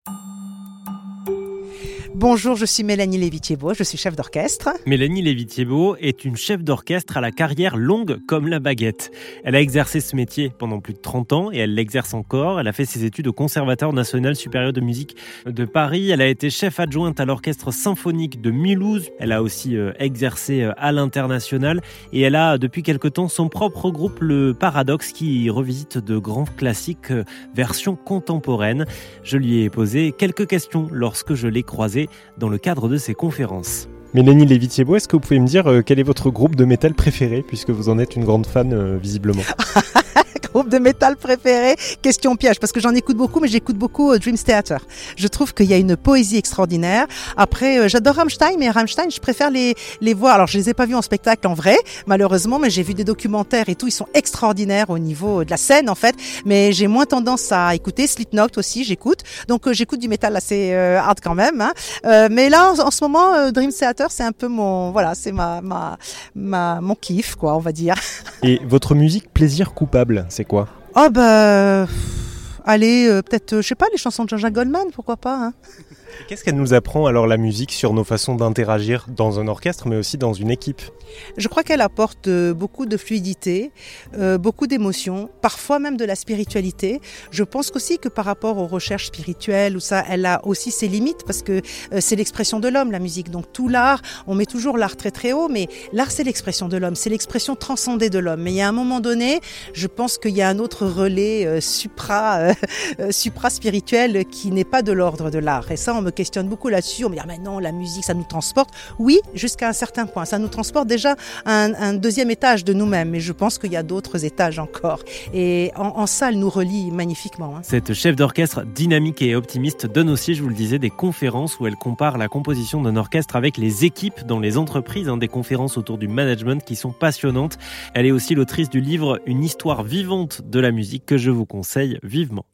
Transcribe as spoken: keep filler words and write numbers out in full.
Bonjour, je suis Mélanie Lévy-Thiebaud, je suis chef d'orchestre. Mélanie Lévy-Thiebaud est une chef d'orchestre à la carrière longue comme la baguette. Elle a exercé ce métier pendant plus de trente ans et elle l'exerce encore. Elle a fait ses études au Conservatoire national supérieur de musique de Paris. Elle a été chef adjointe à l'orchestre symphonique de Mulhouse. Elle a aussi euh, exercé euh, à l'international et elle a depuis quelque temps son propre groupe, le Paradoxe, qui revisite de grands classiques euh, version contemporaine. Je lui ai posé quelques questions lorsque je l'ai croisée dans le cadre de ses conférences. Mélanie Lévy-Thiebaud, est-ce que vous pouvez me dire euh, quel est votre groupe de métal préféré, puisque vous en êtes une grande fan euh, visiblement? Groupe de métal préféré, question piège, parce que j'en écoute beaucoup, mais j'écoute beaucoup euh, Dream Theater. Je trouve qu'il y a une poésie extraordinaire. Après, euh, j'adore Rammstein, mais Rammstein, je préfère les, les voir. Alors, je les ai pas vus en spectacle en vrai, malheureusement, mais j'ai vu des documentaires et tout. Ils sont extraordinaires au niveau de la scène, en fait. Mais j'ai moins tendance à écouter. Slipknot aussi, j'écoute. Donc, euh, j'écoute du métal assez euh, hard quand même. Hein. Euh, mais là, en, en ce moment, euh, Dream Theater, c'est un peu mon, voilà, c'est ma, ma, ma, mon kiff, quoi, on va dire. Et votre musique plaisir coupable, c'est quoi? Oh bah, allez, euh, peut-être, euh, je sais pas, les chansons de Jean-Jacques Goldman, pourquoi pas, hein. Qu'est-ce qu'elle nous apprend alors, la musique, sur nos façons d'interagir dans un orchestre, mais aussi dans une équipe? Je crois qu'elle apporte euh, beaucoup de fluidité, euh, beaucoup d'émotions, parfois même de la spiritualité. Je pense aussi que par rapport aux recherches spirituelles, où ça, elle a aussi ses limites, parce que euh, c'est l'expression de l'homme, la musique. Donc tout l'art, on met toujours l'art très très haut, mais l'art c'est l'expression de l'homme, c'est l'expression transcendée de l'homme. Mais il y a un moment donné, je pense qu'il y a un autre relais euh, supra, euh, euh, supra-spirituel qui n'est pas de l'ordre de l'art. Et ça, on me questionne beaucoup là-dessus. On me dit, ah, mais non, la musique, ça nous transporte. Oui, jusqu'à un certain point. Ça nous transporte déjà un, un deuxième étage de nous-mêmes. Mais je pense qu'il y a d'autres étages encore. Et en, en ça, elle nous relie magnifiquement. Hein. Cette chef d'orchestre dynamique et optimiste donne aussi, je vous le disais, des conférences où elle compare la composition d'un orchestre avec les équipes dans les entreprises. Hein, des conférences autour du management qui sont passionnantes. Elle est aussi l'autrice du livre « Une histoire vivante de la musique » que je vous conseille vivement.